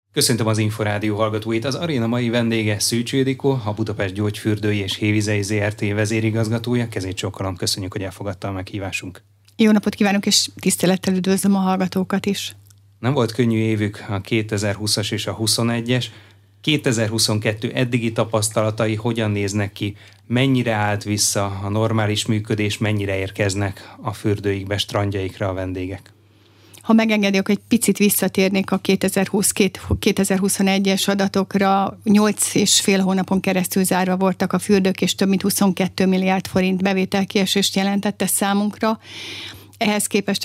Köszöntöm az Inforádió hallgatóit. Az aréna mai vendége Szűcs Ildikó, a Budapest Gyógyfürdői és Hévizei Zrt. Vezérigazgatója. Kezét csókolom, köszönjük, hogy elfogadta a meghívásunk. Jó napot kívánok, és tisztelettel üdvözlöm a hallgatókat is. Nem volt könnyű évük a 2020-as és a 2021-es. 2022 eddigi tapasztalatai hogyan néznek ki? Mennyire állt vissza a normális működés, mennyire érkeznek a fürdőikbe, strandjaikra a vendégek? Ha megengedi, akkor egy picit visszatérnék a 2020-2021-es adatokra. 8,5 hónapon keresztül zárva voltak a fürdők, és több mint 22 milliárd forint bevételkiesést jelentette számunkra. Ehhez képest a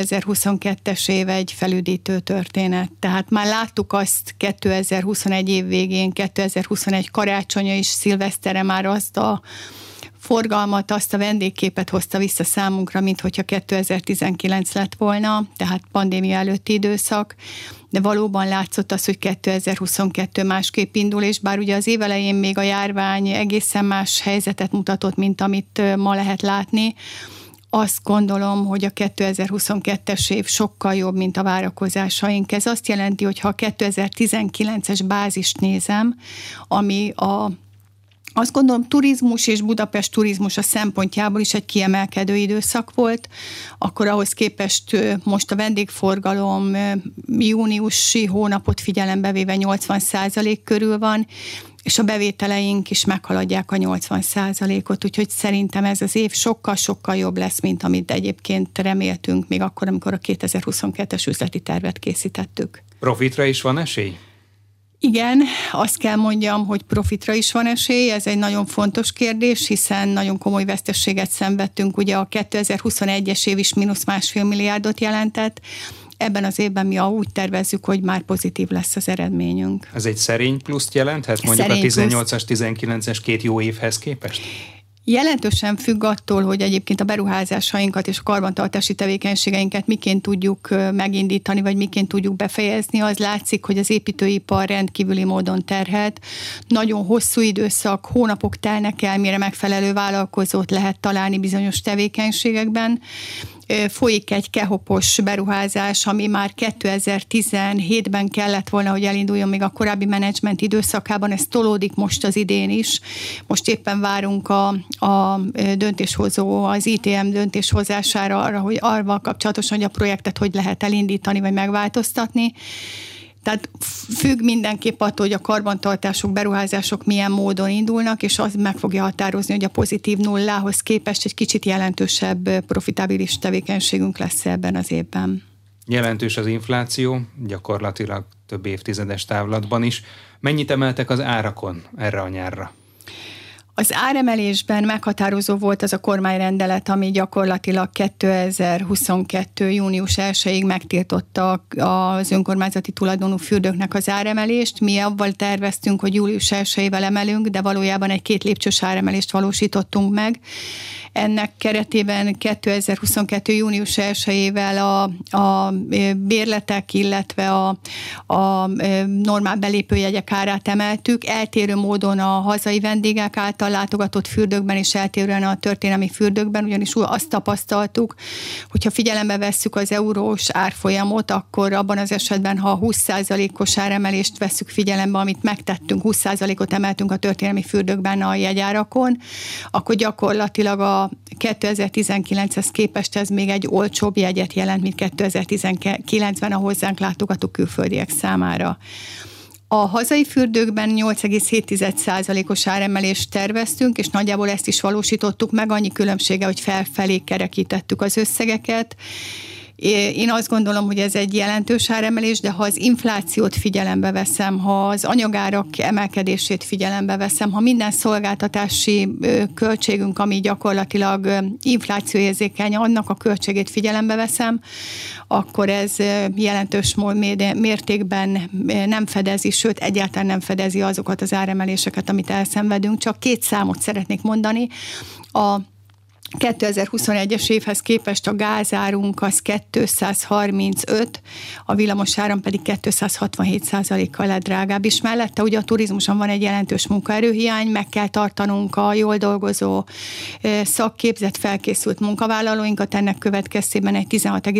2022-es év egy felüdítő történet. Tehát már láttuk azt 2021 év végén, 2021 karácsonya és szilvesztere már azt a forgalmat, azt a vendégképet hozta vissza számunkra, mint hogyha 2019 lett volna, tehát pandémia előtti időszak, de valóban látszott az, hogy 2022 másképp indul, és bár ugye az év elején még a járvány egészen más helyzetet mutatott, mint amit ma lehet látni, azt gondolom, hogy a 2022-es év sokkal jobb, mint a várakozásaink. Ez azt jelenti, hogy ha a 2019-es bázist nézem, ami azt gondolom, turizmus és Budapest turizmus a szempontjából is egy kiemelkedő időszak volt, akkor ahhoz képest most a vendégforgalom júniusi hónapot figyelembe véve 80% körül van, és a bevételeink is meghaladják a 80%-ot, úgyhogy szerintem ez az év sokkal-sokkal jobb lesz, mint amit egyébként reméltünk még akkor, amikor a 2022-es üzleti tervet készítettük. Profitra is van esély? Igen, azt kell mondjam, hogy profitra is van esély, ez egy nagyon fontos kérdés, hiszen nagyon komoly veszteséget szenvedtünk, ugye a 2021-es év is -1,5 milliárdot jelentett, ebben az évben mi úgy tervezzük, hogy már pozitív lesz az eredményünk. Ez egy szerény pluszt jelenthet, mondjuk szerény a 18-as, 19-es két jó évhez képest? Jelentősen függ attól, hogy egyébként a beruházásainkat és a karbantartási tevékenységeinket miként tudjuk megindítani, vagy miként tudjuk befejezni. Az látszik, hogy az építőipar rendkívüli módon terhelt. Nagyon hosszú időszak, hónapok telnek el, mire megfelelő vállalkozót lehet találni bizonyos tevékenységekben. Folyik egy kehopos beruházás, ami már 2017-ben kellett volna, hogy elinduljon még a korábbi menedzsment időszakában, ez tolódik most az idén is. Most éppen várunk a döntéshozó, az ITM döntéshozására arra, hogy arval kapcsolatosan, hogy a projektet hogy lehet elindítani, vagy megváltoztatni. Tehát függ mindenképp attól, hogy a karbantartások, beruházások milyen módon indulnak, és az meg fogja határozni, hogy a pozitív nullához képest egy kicsit jelentősebb profitábilis tevékenységünk lesz ebben az évben. Jelentős az infláció, gyakorlatilag több évtizedes távlatban is. Mennyit emeltek az árakon erre a nyárra? Az áremelésben meghatározó volt az a kormányrendelet, ami gyakorlatilag 2022. június 1-ig megtiltotta az önkormányzati tulajdonú fürdőknek az áremelést. Mi avval terveztünk, hogy július 1-ével emelünk, de valójában egy 2 lépcsős áremelést valósítottunk meg. Ennek keretében 2022. június 1-ével a bérletek, illetve a normál belépőjegyek árát emeltük. Eltérő módon a hazai vendégek által látogatott fürdőkben és eltérően a történelmi fürdőkben, ugyanis azt tapasztaltuk, hogyha figyelembe vesszük az eurós árfolyamot, akkor abban az esetben, ha a 20%-os áremelést vesszük figyelembe, amit megtettünk, 20%-ot emeltünk a történelmi fürdőkben a jegyárakon, akkor gyakorlatilag a 2019-hez képest ez még egy olcsóbb jegyet jelent, mint 2019-ben a hozzánk látogató külföldiek számára. A hazai fürdőkben 8,7%-os áremelést terveztünk, és nagyjából ezt is valósítottuk meg, annyi különbsége, hogy felfelé kerekítettük az összegeket. Én azt gondolom, hogy ez egy jelentős áremelés, de ha az inflációt figyelembe veszem, ha az anyagárak emelkedését figyelembe veszem, ha minden szolgáltatási költségünk, ami gyakorlatilag inflációérzékeny, annak a költségét figyelembe veszem, akkor ez jelentős mértékben nem fedezi, sőt egyáltalán nem fedezi azokat az áremeléseket, amit elszenvedünk. Csak 2 számot szeretnék mondani. 2021-es évhez képest a gázárunk az 235, a villamosáram pedig 267%-kal lett drágább, és mellette ugye a turizmuson van egy jelentős munkaerőhiány, meg kell tartanunk a jól dolgozó, szakképzett, felkészült munkavállalóinkat, ennek következtében egy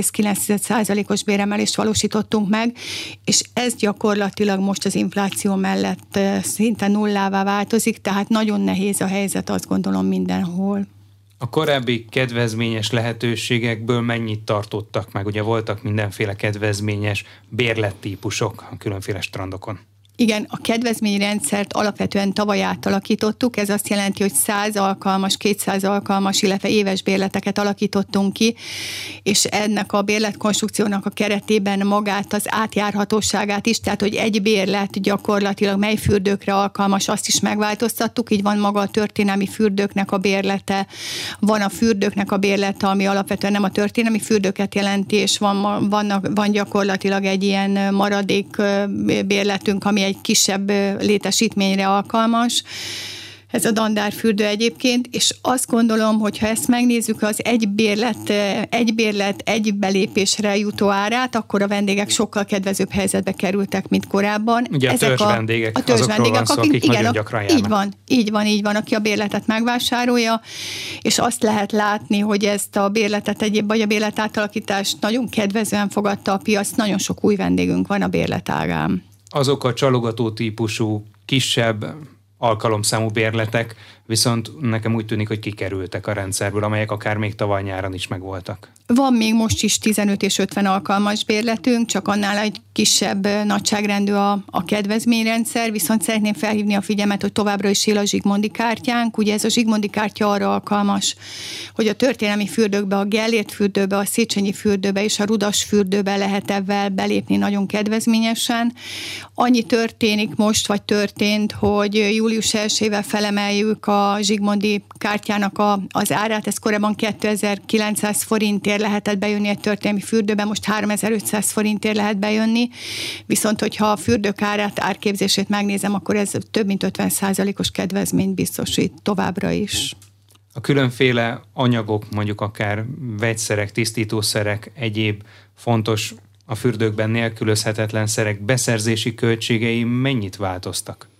16,9%-os béremelést valósítottunk meg, és ez gyakorlatilag most az infláció mellett szinte nullává változik, tehát nagyon nehéz a helyzet, azt gondolom, mindenhol. A korábbi kedvezményes lehetőségekből mennyit tartottak meg? Ugye voltak mindenféle kedvezményes bérlettípusok a különféle strandokon. Igen, a kedvezményrendszert alapvetően tavaly átalakítottuk, ez azt jelenti, hogy 100 alkalmas, 200 alkalmas, illetve éves bérleteket alakítottunk ki, és ennek a bérletkonstrukciónak a keretében magát az átjárhatóságát is, tehát hogy egy bérlet gyakorlatilag mely fürdőkre alkalmas, azt is megváltoztattuk, így van maga a történelmi fürdőknek a bérlete, van a fürdőknek a bérlete, ami alapvetően nem a történelmi fürdőket jelenti, és van gyakorlatilag egy ilyen maradék bérletünk, ami egy kisebb létesítményre alkalmas. Ez a dandárfürdő egyébként, és azt gondolom, hogy ha ezt megnézzük, az egy bérlet, egy belépésre jutó árát, akkor a vendégek sokkal kedvezőbb helyzetbe kerültek, mint korábban. Ugye a törzsvendégek, azokról van szó, akik nagyon gyakran járnak. Így van, aki a bérletet megvásárolja, és azt lehet látni, hogy ezt a bérletet vagy a bérlet átalakítást nagyon kedvezően fogadta a piac, nagyon sok új vendégünk van a bérletágán. Azok a csalogató típusú, kisebb alkalomszámú bérletek, viszont nekem úgy tűnik, hogy kikerültek a rendszerből, amelyek akár még tavaly nyáron is megvoltak. Van még most is 15 és 50 alkalmas bérletünk, csak annál egy kisebb nagyságrendű a kedvezményrendszer, viszont szeretném felhívni a figyelmet, hogy továbbra is él a Zsigmondy kártyánk. Ugye ez a Zsigmondy kártya arra alkalmas, hogy a történelmi fürdőkbe, a Gellért fürdőbe, a Széchenyi fürdőbe és a Rudas fürdőbe lehet ebben belépni nagyon kedvezményesen. Annyi történik most, vagy történt, hogy július 1-ével felemeljük a Zsigmondy kártyának az árát, ez korábban 2900 forintért lehetett bejönni egy történelmi fürdőbe, most 3500 forintért lehet bejönni, viszont hogyha a fürdők árképzését megnézem, akkor ez több mint 50%-os kedvezményt biztosít továbbra is. A különféle anyagok, mondjuk akár vegyszerek, tisztítószerek, egyéb fontos a fürdőkben nélkülözhetetlen szerek beszerzési költségei mennyit változtak?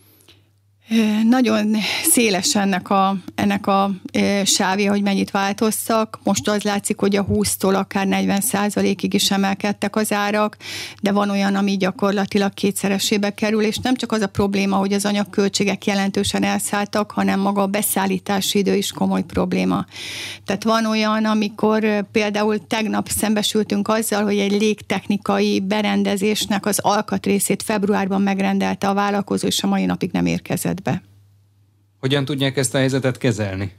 Nagyon széles ennek a sávja, hogy mennyit változtak. Most az látszik, hogy a 20-tól akár 40%-ig is emelkedtek az árak, de van olyan, ami gyakorlatilag kétszeresébe kerül, és nem csak az a probléma, hogy az anyagköltségek jelentősen elszálltak, hanem maga a beszállítási idő is komoly probléma. Tehát van olyan, amikor például tegnap szembesültünk azzal, hogy egy légtechnikai berendezésnek az alkatrészét februárban megrendelte a vállalkozó, és a mai napig nem érkezett be. Hogyan tudják ezt a helyzetet kezelni?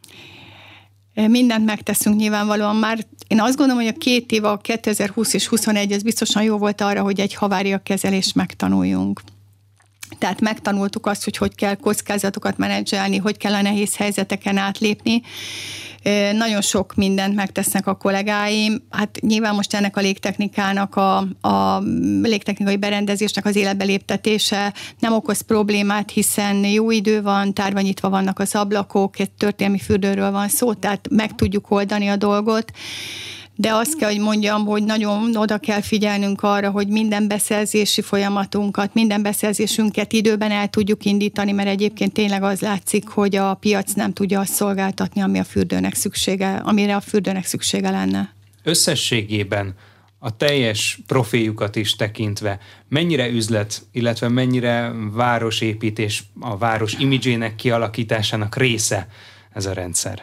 Mindent megteszünk nyilvánvalóan már. Én azt gondolom, hogy a 2 év, a 2020 és 2021, ez biztosan jó volt arra, hogy egy havária kezelést megtanuljunk. Tehát megtanultuk azt, hogy kell kockázatokat menedzselni, hogy kell a nehéz helyzeteken átlépni. Nagyon sok mindent megtesznek a kollégáim. Hát nyilván most ennek a légtechnikának, a légtechnikai berendezésnek az életbe léptetése nem okoz problémát, hiszen jó idő van, tárva nyitva vannak az ablakok, egy történelmi fürdőről van szó, tehát meg tudjuk oldani a dolgot. De azt kell, hogy mondjam, hogy nagyon oda kell figyelnünk arra, hogy minden beszerzési folyamatunkat, minden beszerzésünket időben el tudjuk indítani, mert egyébként tényleg az látszik, hogy a piac nem tudja azt szolgáltatni, amire a fürdőnek szüksége lenne. Összességében a teljes profiljukat is tekintve, mennyire üzlet, illetve mennyire városépítés, a város imidzsének kialakításának része ez a rendszer?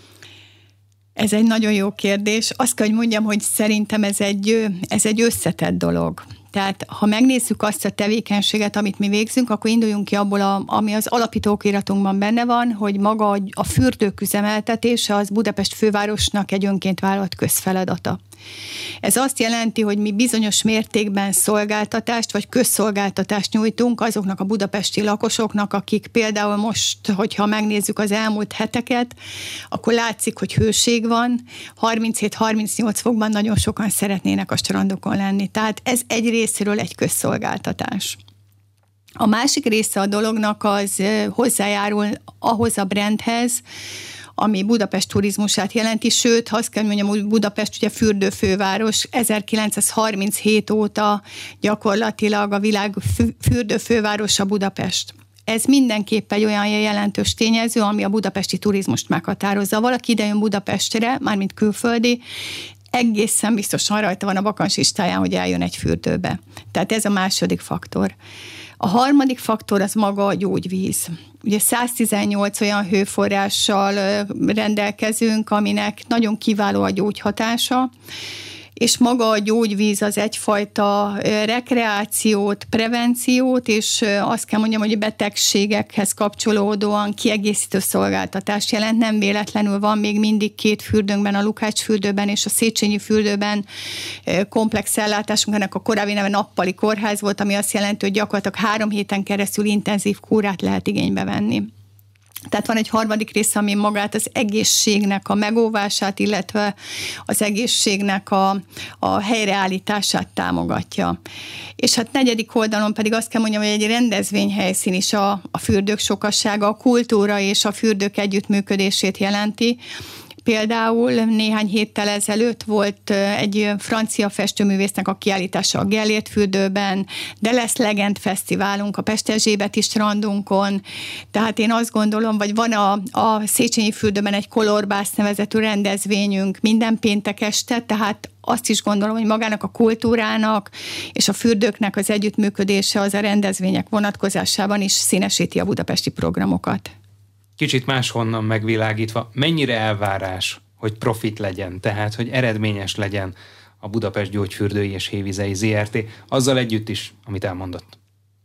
Ez egy nagyon jó kérdés. Azt kell, hogy mondjam, hogy szerintem ez egy összetett dolog. Tehát ha megnézzük azt a tevékenységet, amit mi végzünk, akkor induljunk ki abból, ami az alapító okiratunkban benne van, hogy maga a fürdők üzemeltetése az Budapest fővárosnak egy önként vállalt közfeladata. Ez azt jelenti, hogy mi bizonyos mértékben szolgáltatást vagy közszolgáltatást nyújtunk azoknak a budapesti lakosoknak, akik például most, hogyha megnézzük az elmúlt heteket, akkor látszik, hogy hőség van, 37-38 fokban nagyon sokan szeretnének a strandokon lenni. Tehát ez egy részéről egy közszolgáltatás. A másik része a dolognak az hozzájárul ahhoz a brandhez, ami Budapest turizmusát jelenti, sőt, azt kell mondjam, hogy Budapest ugye fürdőfőváros, 1937 óta gyakorlatilag a világ fürdőfővárosa Budapest. Ez mindenképp egy olyan jelentős tényező, ami a budapesti turizmust meghatározza. Valaki idejön Budapestre, mármint külföldi, egészen biztosan rajta van a vakanslistáján, hogy eljön egy fürdőbe. Tehát ez a második faktor. A harmadik faktor az maga a gyógyvíz. Ugye 118 olyan hőforrással rendelkezünk, aminek nagyon kiváló a gyógyhatása, és maga a gyógyvíz az egyfajta rekreációt, prevenciót, és azt kell mondjam, hogy a betegségekhez kapcsolódóan kiegészítő szolgáltatást jelent. Nem véletlenül van még mindig 2 fürdőnkben, a Lukács fürdőben és a Széchenyi fürdőben komplex ellátásunk, ennek a korábbi neve nappali kórház volt, ami azt jelenti, hogy gyakorlatilag 3 héten keresztül intenzív kúrát lehet igénybe venni. Tehát van egy harmadik része, ami magát az egészségnek a megóvását, illetve az egészségnek a helyreállítását támogatja. És hát negyedik oldalon pedig azt kell mondjam, hogy egy rendezvényhelyszín is a fürdők sokassága, a kultúra és a fürdők együttműködését jelenti. Például néhány héttel ezelőtt volt egy francia festőművésznek a kiállítása a Gellért fürdőben, de lesz Legend Fesztiválunk a Pesterzsébeti strandunkon, tehát én azt gondolom, vagy van a Széchenyi fürdőben egy Kolorbász nevezetű rendezvényünk minden péntek este, tehát azt is gondolom, hogy magának a kultúrának és a fürdőknek az együttműködése az a rendezvények vonatkozásában is színesíti a budapesti programokat. Kicsit máshonnan megvilágítva, mennyire elvárás, hogy profit legyen, tehát hogy eredményes legyen a Budapest Gyógyfürdői és Hévizei Zrt. azzal együtt is, amit elmondott?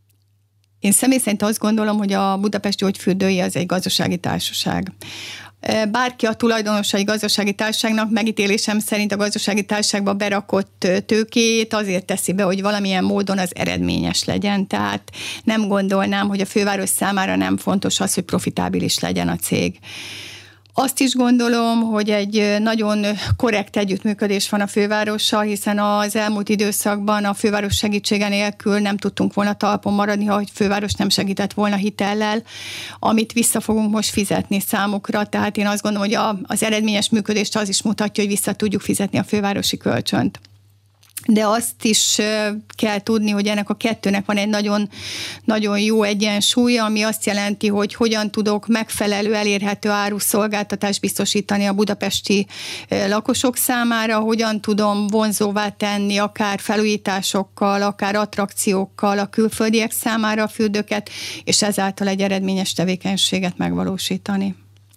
Én személy szerint azt gondolom, hogy a Budapest Gyógyfürdői az egy gazdasági társaság. Bárki a tulajdonosa egy gazdasági társaságnak, megítélésem szerint a gazdasági társaságba berakott tőkéjét azért teszi be, hogy valamilyen módon az eredményes legyen. Tehát nem gondolnám, hogy a főváros számára nem fontos az, hogy profitábilis legyen a cég. Azt is gondolom, hogy egy nagyon korrekt együttműködés van a fővárossal, hiszen az elmúlt időszakban a főváros segítsége nélkül nem tudtunk volna talpon maradni, ha a főváros nem segített volna hitellel, amit vissza fogunk most fizetni számukra. Tehát én azt gondolom, hogy az eredményes működést az is mutatja, hogy vissza tudjuk fizetni a fővárosi kölcsönt. De azt is kell tudni, hogy ennek a kettőnek van egy nagyon, nagyon jó egyensúlya, ami azt jelenti, hogy hogyan tudok megfelelő, elérhető áru szolgáltatást biztosítani a budapesti lakosok számára, hogyan tudom vonzóvá tenni akár felújításokkal, akár attrakciókkal a külföldiek számára a fürdőket, és ezáltal egy eredményes tevékenységet megvalósítani.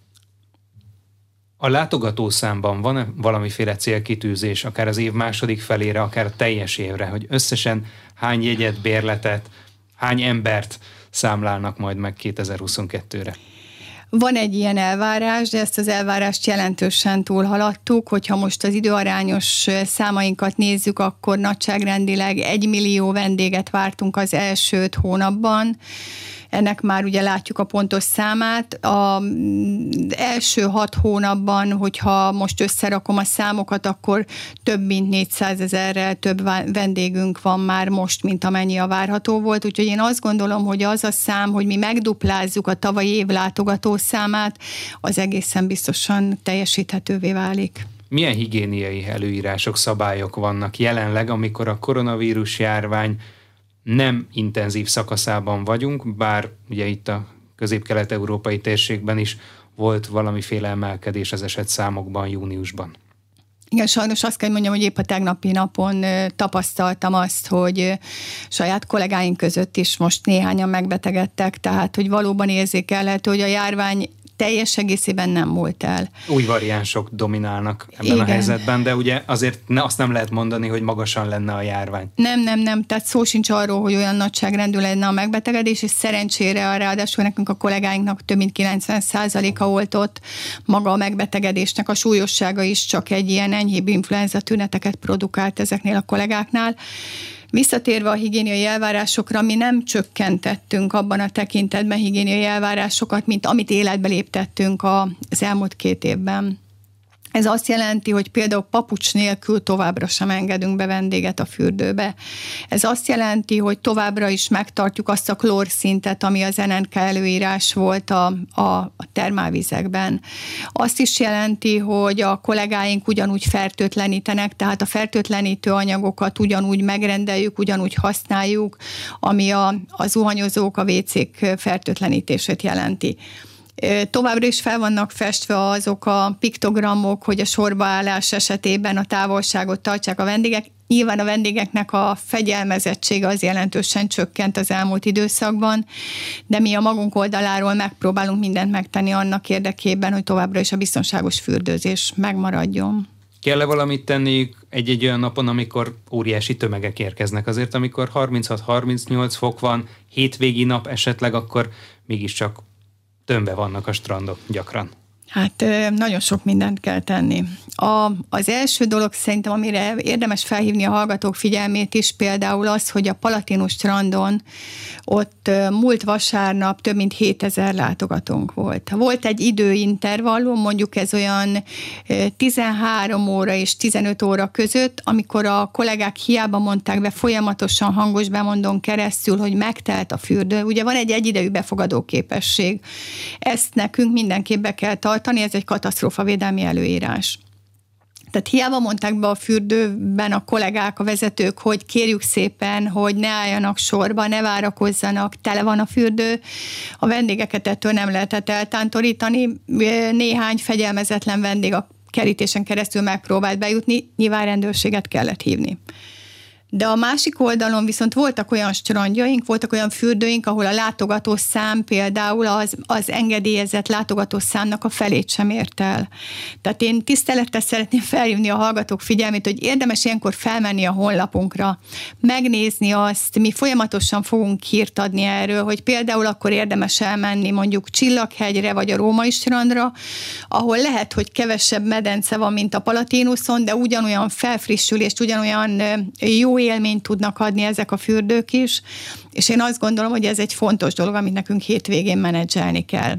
A látogatószámban van valamiféle célkitűzés, akár az év második felére, akár a teljes évre, hogy összesen hány jegyet, bérletet, hány embert számlálnak majd meg 2022-re? Van egy ilyen elvárás, de ezt az elvárást jelentősen túlhaladtuk, hogyha most az időarányos számainkat nézzük, akkor nagyságrendileg 1 millió vendéget vártunk az első 5 hónapban. Ennek már ugye látjuk a pontos számát. Az első 6 hónapban, hogyha most összerakom a számokat, akkor több mint 400 000-rel több vendégünk van már most, mint amennyi a várható volt. Úgyhogy én azt gondolom, hogy az a szám, hogy mi megduplázzuk a tavalyi év látogatószámát, az egészen biztosan teljesíthetővé válik. Milyen higiéniai előírások, szabályok vannak jelenleg, amikor a koronavírus járvány nem intenzív szakaszában vagyunk, bár ugye itt a közép-kelet-európai térségben is volt valamiféle emelkedés az esetszámokban júniusban. Igen, sajnos azt kell mondjam, hogy épp a tegnapi napon tapasztaltam azt, hogy saját kollégáink között is most néhányan megbetegedtek, tehát hogy valóban érzékelhető, hogy a járvány teljes egészében nem múlt el. Új variánsok dominálnak ebben a helyzetben, de ugye azért azt nem lehet mondani, hogy magasan lenne a járvány. Nem, tehát szó sincs arról, hogy olyan nagyságrendű lenne a megbetegedés, és szerencsére ráadásul nekünk a kollégáinknak több mint 90%-a oltott, maga a megbetegedésnek a súlyossága is csak egy ilyen enyhébb influenza tüneteket produkált ezeknél a kollégáknál. Visszatérve a higiéniai elvárásokra, mi nem csökkentettünk abban a tekintetben higiéniai elvárásokat, mint amit életbe léptettünk az elmúlt 2 évben. Ez azt jelenti, hogy például papucs nélkül továbbra sem engedünk be vendéget a fürdőbe. Ez azt jelenti, hogy továbbra is megtartjuk azt a klórszintet, ami az NNK előírás volt a termálvizekben. Azt is jelenti, hogy a kollégáink ugyanúgy fertőtlenítenek, tehát a fertőtlenítő anyagokat ugyanúgy megrendeljük, ugyanúgy használjuk, ami a zuhanyozók, a WC-k fertőtlenítését jelenti. Továbbra is fel vannak festve azok a piktogramok, hogy a sorbaállás esetében a távolságot tartsák a vendégek. Nyilván a vendégeknek a fegyelmezettsége az jelentősen csökkent az elmúlt időszakban, de mi a magunk oldaláról megpróbálunk mindent megtenni annak érdekében, hogy továbbra is a biztonságos fürdőzés megmaradjon. Kell-e valamit tenni egy-egy olyan napon, amikor óriási tömegek érkeznek? Azért, amikor 36-38 fok van, hétvégi nap esetleg, akkor mégiscsak tömbbe vannak a strandok gyakran. Hát nagyon sok mindent kell tenni. Az első dolog szerintem, amire érdemes felhívni a hallgatók figyelmét is, például az, hogy a Palatinus strandon ott múlt vasárnap több mint 7000 látogatónk volt. Volt egy időintervallum, mondjuk ez olyan 13 óra és 15 óra között, amikor a kollégák hiába mondták be folyamatosan hangos bemondón keresztül, hogy megtelt a fürdő. Ugye van egy egyidejű befogadó képesség. Ezt nekünk mindenképp be kell tartani, ez egy katasztrófavédelmi előírás. Tehát hiába mondták be a fürdőben a kollégák, a vezetők, hogy kérjük szépen, hogy ne álljanak sorba, ne várakozzanak, tele van a fürdő. A vendégeket ettől nem lehetett eltántorítani. Néhány fegyelmezetlen vendég a kerítésen keresztül megpróbált bejutni, nyilván rendőrséget kellett hívni. De a másik oldalon viszont voltak olyan strandjaink, voltak olyan fürdőink, ahol a látogatószám például az engedélyezett látogatószámnak a felét sem ért el. Tehát én tisztelettel szeretném felhívni a hallgatók figyelmét, hogy érdemes ilyenkor felmenni a honlapunkra, megnézni azt, mi folyamatosan fogunk hírt adni erről, hogy például akkor érdemes elmenni mondjuk Csillaghegyre vagy a Római strandra, ahol lehet, hogy kevesebb medence van, mint a Palatinuson, de ugyanolyan felfrissülést, ugyanolyan jó élményt tudnak adni ezek a fürdők is, és én azt gondolom, hogy ez egy fontos dolog, amit nekünk hétvégén menedzselni kell.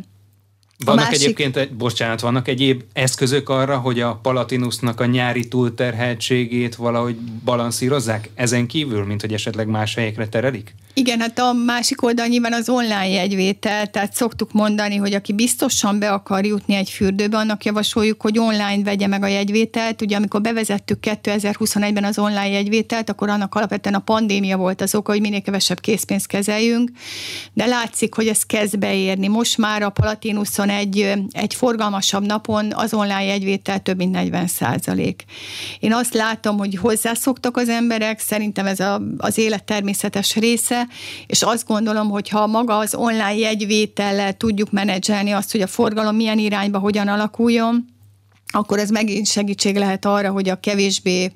Vannak egyéb eszközök arra, hogy a Palatinusnak a nyári túlterheltségét valahogy balanszírozzák ezen kívül, mint hogy esetleg más helyekre terelik? Igen, hát a másik oldal nyilván az online jegyvétel, tehát szoktuk mondani, hogy aki biztosan be akar jutni egy fürdőbe, annak javasoljuk, hogy online vegye meg a jegyvételt. Ugye amikor bevezettük 2021-ben az online jegyvételt, akkor annak alapvetően a pandémia volt az oka, hogy minél kevesebb készpénzt kezeljünk, de látszik, hogy ez kezd beérni. Most már a Palatinuson egy forgalmasabb napon az online jegyvétel több mint 40%. Én azt látom, hogy hozzászoktak az emberek, szerintem ez az élet természetes része, és azt gondolom, hogy ha maga az online jegyvétellel tudjuk menedzselni azt, hogy a forgalom milyen irányba hogyan alakuljon, akkor ez megint segítség lehet arra, hogy a kevésbé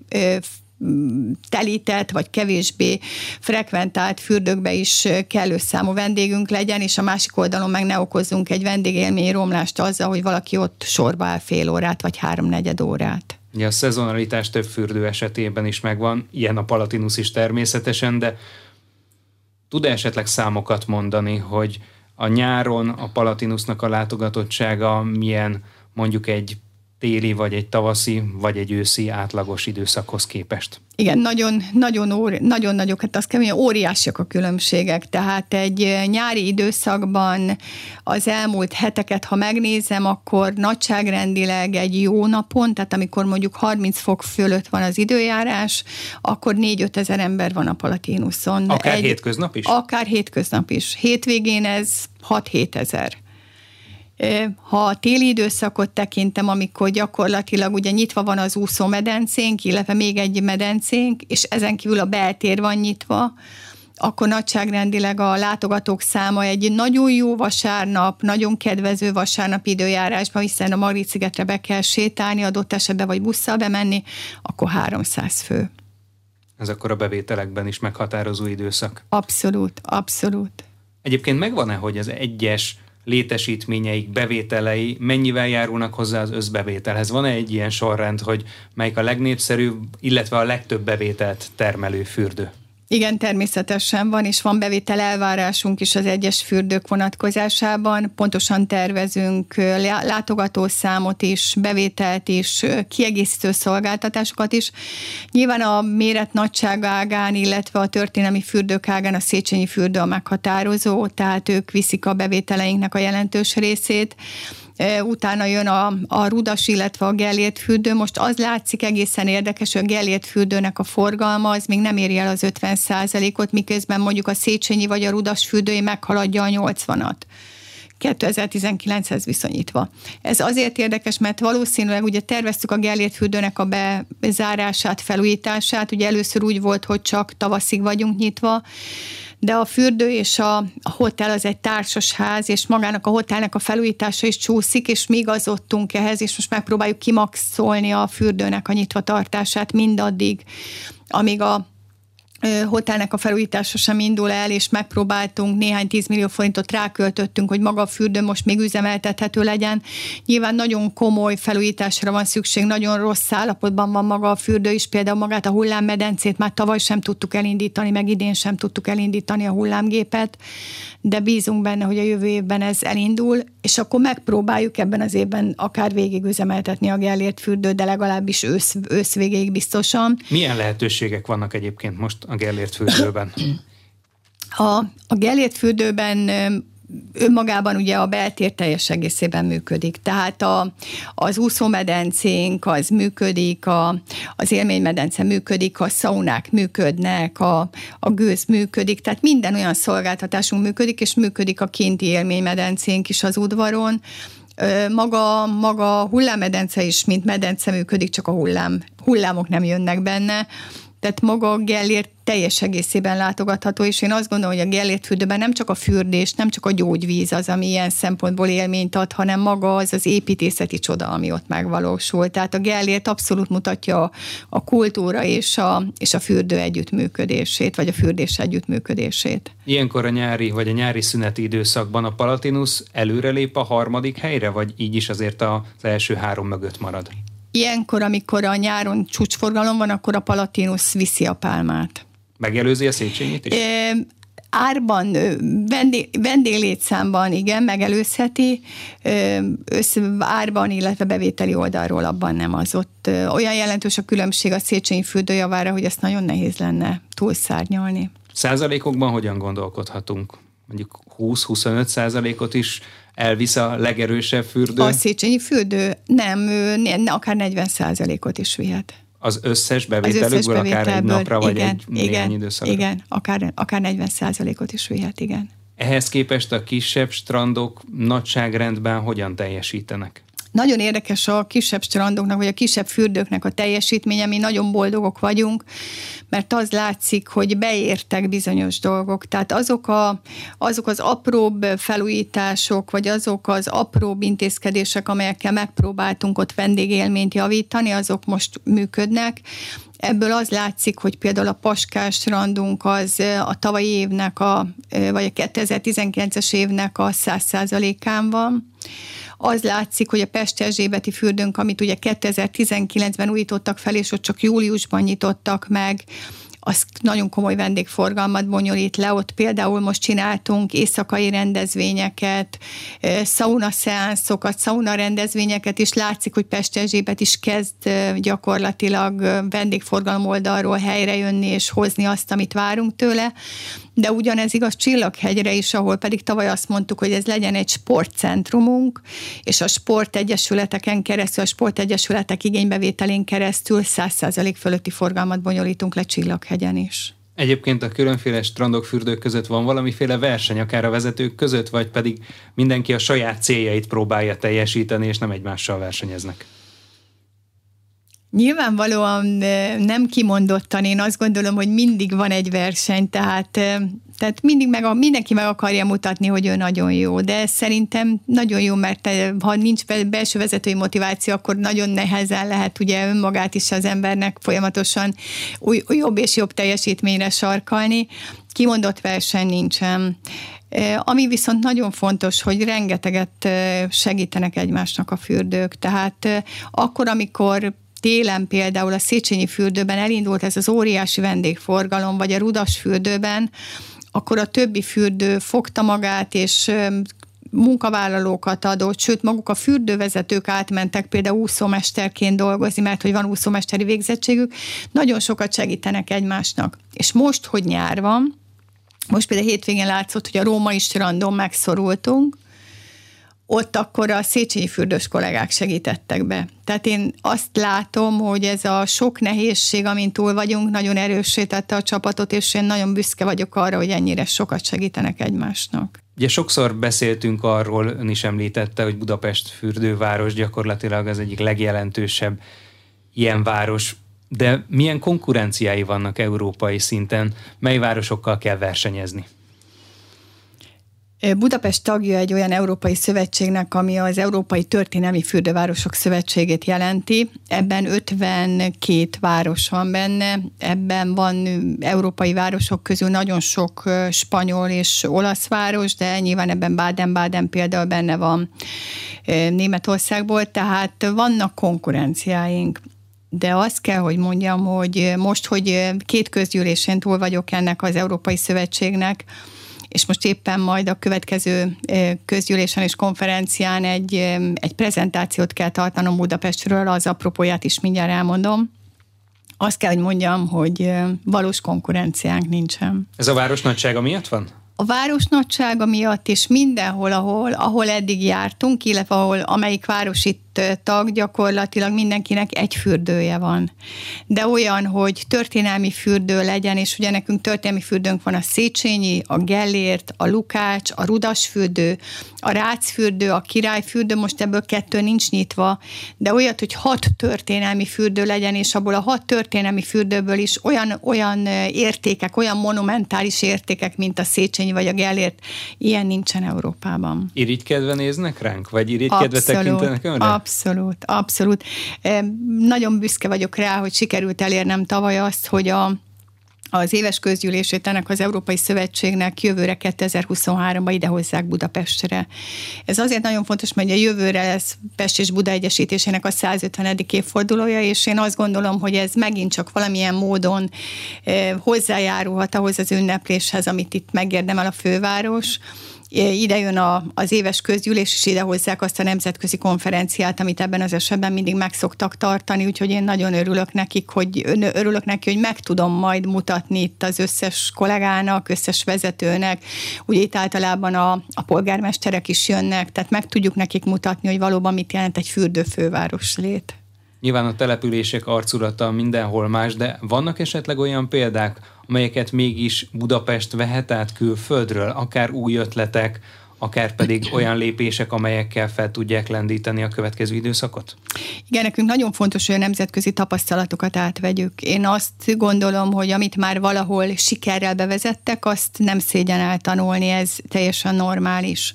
telített, vagy kevésbé frekventált fürdőkbe is kellő számú vendégünk legyen, és a másik oldalon meg ne okozzunk egy vendégélmény romlást azzal, hogy valaki ott sorba áll fél órát, vagy 3/4 órát. Ja, a szezonalitás több fürdő esetében is megvan, ilyen a Palatinus is természetesen, de tud esetleg számokat mondani, hogy a nyáron a Palatinusnak a látogatottsága milyen mondjuk egy téli, vagy egy tavaszi, vagy egy őszi átlagos időszakhoz képest? Igen, nagyon nagyok, hát azt kell mondani, óriásiak a különbségek. Tehát egy nyári időszakban az elmúlt heteket, ha megnézem, akkor nagyságrendileg egy jó napon, tehát amikor mondjuk 30 fok fölött van az időjárás, akkor 4-5 ezer ember van a Palatinuson. Akár hétköznap is? Akár hétköznap is. Hétvégén ez 6-7 ezer. Ha a téli időszakot tekintem, amikor gyakorlatilag ugye nyitva van az úszómedencénk, illetve még egy medencénk, és ezen kívül a beltér van nyitva, akkor nagyságrendileg a látogatók száma egy nagyon jó vasárnap, nagyon kedvező vasárnap időjárásban, hiszen a Margit-szigetre be kell sétálni, adott esetben vagy busszal bemenni, akkor 300 fő. Ez akkor a bevételekben is meghatározó időszak. Abszolút. Egyébként megvan-e, hogy az egyes létesítményeik, bevételei mennyivel járulnak hozzá az összbevételhez? Van-e egy ilyen sorrend, hogy melyik a legnépszerűbb, illetve a legtöbb bevételt termelő fürdő? Igen, természetesen van, és van bevétel elvárásunk is az egyes fürdők vonatkozásában. Pontosan tervezünk látogatószámot is, bevételt is, kiegészítő szolgáltatásokat is. Nyilván a méret nagyságágán, illetve a történelmi fürdők ágán a Széchenyi fürdő a meghatározó, tehát ők viszik a bevételeinknek a jelentős részét. Utána jön a Rudas, illetve a Gellért fürdő. Most az látszik egészen érdekes, hogy a Gellért fürdőnek a forgalma az még nem éri el az 50%-ot, miközben mondjuk a Széchenyi vagy a Rudas fürdői meghaladja a 80-at. 2019-hez viszonyítva. Ez azért érdekes, mert valószínűleg ugye terveztük a Gellért fürdőnek a bezárását, felújítását, ugye először úgy volt, hogy csak tavaszig vagyunk nyitva, de a fürdő és a hotel az egy társasház, és magának a hotelnek a felújítása is csúszik, és mi igazodtunk ehhez, és most megpróbáljuk kimaxolni a fürdőnek a nyitvatartását mindaddig, amíg a hotelnek a felújítása sem indul el, és megpróbáltunk néhány 10 millió forintot ráköltöttünk, hogy maga a fürdő most még üzemeltethető legyen. Nyilván nagyon komoly felújításra van szükség, nagyon rossz állapotban van maga a fürdő is, például magát a hullámmedencét már tavaly sem tudtuk elindítani, meg idén sem tudtuk elindítani a hullámgépet, de bízunk benne, hogy a jövő évben ez elindul, és akkor megpróbáljuk ebben az évben akár végig üzemeltetni a Gellért fürdőt, de legalábbis ősz végéig biztosan. Milyen lehetőségek vannak egyébként most a Gellért fürdőben? A Gellért fürdőben önmagában ugye a beltér teljes egészében működik. Tehát az úszómedencénk az működik, az élménymedence működik, a szaunák működnek, a gőz működik, tehát minden olyan szolgáltatásunk működik, és működik a kinti élménymedencénk is az udvaron. Maga a hullámmedence is, mint medence működik, csak a hullámok nem jönnek benne. Tehát maga a Gellért teljes egészében látogatható, és én azt gondolom, hogy a Gellért fürdőben nem csak a fürdés, nem csak a gyógyvíz az, ami ilyen szempontból élményt ad, hanem maga az építészeti csoda, ami ott megvalósul. Tehát a Gellért abszolút mutatja a kultúra és a fürdő együttműködését, vagy a fürdés együttműködését. Ilyenkor a nyári szüneti időszakban a Palatinus előrelép a 3. helyre, vagy így is azért az első 3 mögött marad? Ilyenkor, amikor a nyáron csúcsforgalom van, akkor a Palatinus viszi a pálmát. Megelőzi a Széchenyit is? Árban, vendéglétszámban igen, megelőzheti, árban, illetve bevételi oldalról abban nem az. Ott olyan jelentős a különbség a Széchenyi fürdő javára, hogy ezt nagyon nehéz lenne túlszárnyalni. Százalékokban hogyan gondolkodhatunk? Mondjuk 20-25% is elvisz a legerősebb fürdő? A Széchenyi fürdő nem, akár 40%-ot is vihet. Az összes bevételükből, akár egy napra, vagy egy néhány időszakra? Igen, akár 40%-ot is vihet, igen. Ehhez képest a kisebb strandok nagyságrendben hogyan teljesítenek? Nagyon érdekes a kisebb strandoknak, vagy a kisebb fürdőknek a teljesítménye, mi nagyon boldogok vagyunk, mert az látszik, hogy beértek bizonyos dolgok. Tehát azok az apróbb felújítások, vagy azok az apróbb intézkedések, amelyekkel megpróbáltunk ott vendégélményt javítani, azok most működnek. Ebből az látszik, hogy például a Paskás strandunk az a tavalyi évnek, vagy a 2019-es évnek a 100%-án van. Az látszik, hogy a Pest Erzsébeti fürdőnk, amit ugye 2019-ben újítottak fel, és ott csak júliusban nyitottak meg, az nagyon komoly vendégforgalmat bonyolít le. Ott például most csináltunk éjszakai rendezvényeket, szaunaszeánszokat, szaunarendezvényeket, és látszik, hogy Pest Erzsébet is kezd gyakorlatilag vendégforgalom oldalról helyre jönni, és hozni azt, amit várunk tőle. De ugyanez igaz Csillaghegyre is, ahol pedig tavaly azt mondtuk, hogy ez legyen egy sportcentrumunk, és a sportegyesületeken keresztül, a sportegyesületek igénybevételén keresztül 100% fölötti forgalmat bonyolítunk le Csillaghegyen is. Egyébként a különféle strandok, fürdők között van valamiféle verseny, akár a vezetők között, vagy pedig mindenki a saját céljait próbálja teljesíteni, és nem egymással versenyeznek? Nyilvánvalóan nem kimondottan, én azt gondolom, hogy mindig van egy verseny, tehát mindenki meg akarja mutatni, hogy ő nagyon jó, de szerintem nagyon jó, mert ha nincs belső vezetői motiváció, akkor nagyon nehezen lehet ugye önmagát is az embernek folyamatosan jobb és jobb teljesítményre sarkalni. Kimondott verseny nincsen. Ami viszont nagyon fontos, hogy rengeteget segítenek egymásnak a fürdők, tehát akkor, amikor télen például a Széchenyi fürdőben elindult ez az óriási vendégforgalom, vagy a Rudas fürdőben, akkor a többi fürdő fogta magát, és munkavállalókat adott, sőt maguk a fürdővezetők átmentek például úszómesterként dolgozni, mert hogy van úszómesteri végzettségük, nagyon sokat segítenek egymásnak. És most, hogy nyár van, most például hétvégén látszott, hogy a római strandon megszorultunk, ott akkor a széchenyi fürdős kollégák segítettek be. Tehát én azt látom, hogy ez a sok nehézség, amin túl vagyunk, nagyon erősítette a csapatot, és én nagyon büszke vagyok arra, hogy ennyire sokat segítenek egymásnak. Ugye sokszor beszéltünk arról, ön is említette, hogy Budapest fürdőváros gyakorlatilag az egyik legjelentősebb ilyen város, de milyen konkurenciái vannak európai szinten, mely városokkal kell versenyezni? Budapest tagja egy olyan európai szövetségnek, ami az Európai Történelmi Fürdővárosok Szövetségét jelenti. Ebben 52 város van benne, ebben van európai városok közül nagyon sok spanyol és olasz város, de nyilván ebben Baden-Baden például benne van Németországból, tehát vannak konkurenciáink. De azt kell, hogy mondjam, hogy most, hogy 2 közgyűlésén túl vagyok ennek az Európai Szövetségnek, és most éppen majd a következő közgyűlésen és konferencián egy prezentációt kell tartanom Budapestről, az apropóját is mindjárt elmondom. Azt kell, hogy mondjam, hogy valós konkurenciánk nincsen. Ez a város nagysága miatt van? A város nagysága miatt, és mindenhol, ahol eddig jártunk, illetve amelyik város itt tag, gyakorlatilag mindenkinek egy fürdője van. De olyan, hogy történelmi fürdő legyen, és ugye nekünk történelmi fürdőnk van a Széchenyi, a Gellért, a Lukács, a Rudas fürdő, a Rácz fürdő, a Király fürdő, most ebből 2 nincs nyitva, de olyat, hogy 6 történelmi fürdő legyen, és abból a 6 történelmi fürdőből is olyan értékek, olyan monumentális értékek, mint a Széchenyi vagy a Gellért, ilyen nincsen Európában. Irigykedve néznek ránk? Vagy irigykedve tekintenek önre? Abszolút. Nagyon büszke vagyok rá, hogy sikerült elérnem tavaly azt, hogy az éves közgyűlését ennek az Európai Szövetségnek jövőre 2023-ban idehozzák Budapestre. Ez azért nagyon fontos, mert a jövőre lesz Pest és Buda egyesítésének a 150. évfordulója, és én azt gondolom, hogy ez megint csak valamilyen módon hozzájárulhat ahhoz az ünnepléshez, amit itt megérdemel a főváros. Ide jön az éves közgyűlés, és ide hozzák azt a nemzetközi konferenciát, amit ebben az esetben mindig meg szoktak tartani, úgyhogy én nagyon örülök neki, hogy meg tudom majd mutatni itt az összes kollégának, összes vezetőnek. Ugye itt általában a polgármesterek is jönnek, tehát meg tudjuk nekik mutatni, hogy valóban mit jelent egy fürdőfőváros lét. Nyilván a települések arculata mindenhol más, de vannak esetleg olyan példák, amelyeket mégis Budapest vehet át külföldről, akár új ötletek, akár pedig olyan lépések, amelyekkel fel tudják lendíteni a következő időszakot? Igen, nekünk nagyon fontos, hogy a nemzetközi tapasztalatokat átvegyük. Én azt gondolom, hogy amit már valahol sikerrel bevezettek, azt nem szégyen eltanulni, ez teljesen normális.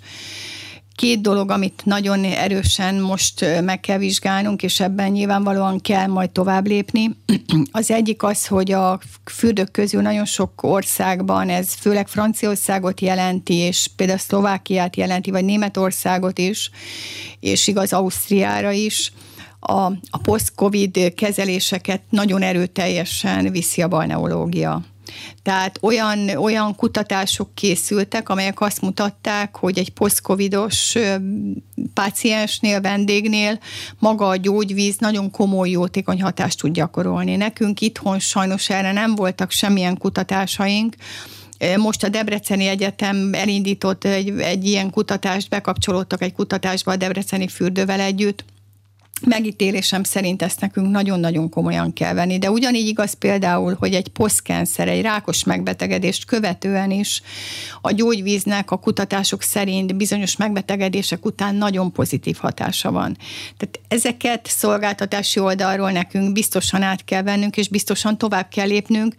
2 dolog, amit nagyon erősen most meg kell vizsgálnunk, és ebben nyilvánvalóan kell majd tovább lépni. Az egyik az, hogy a fürdők közül nagyon sok országban ez főleg Franciaországot jelenti, és például Szlovákiát jelenti, vagy Németországot is, és igaz Ausztriára is. A post-covid kezeléseket nagyon erőteljesen viszi a balneológia. Tehát olyan kutatások készültek, amelyek azt mutatták, hogy egy post-covidos páciensnél, vendégnél maga a gyógyvíz nagyon komoly jótékony hatást tud gyakorolni. Nekünk itthon sajnos erre nem voltak semmilyen kutatásaink. Most a Debreceni Egyetem elindított egy ilyen kutatást, bekapcsolódtak egy kutatásba a Debreceni fürdővel együtt. Megítélésem szerint ezt nekünk nagyon-nagyon komolyan kell venni, de ugyanígy igaz például, hogy egy posztcancel, egy rákos megbetegedést követően is a gyógyvíznek a kutatások szerint bizonyos megbetegedések után nagyon pozitív hatása van. Tehát ezeket szolgáltatási oldalról nekünk biztosan át kell vennünk, és biztosan tovább kell lépnünk.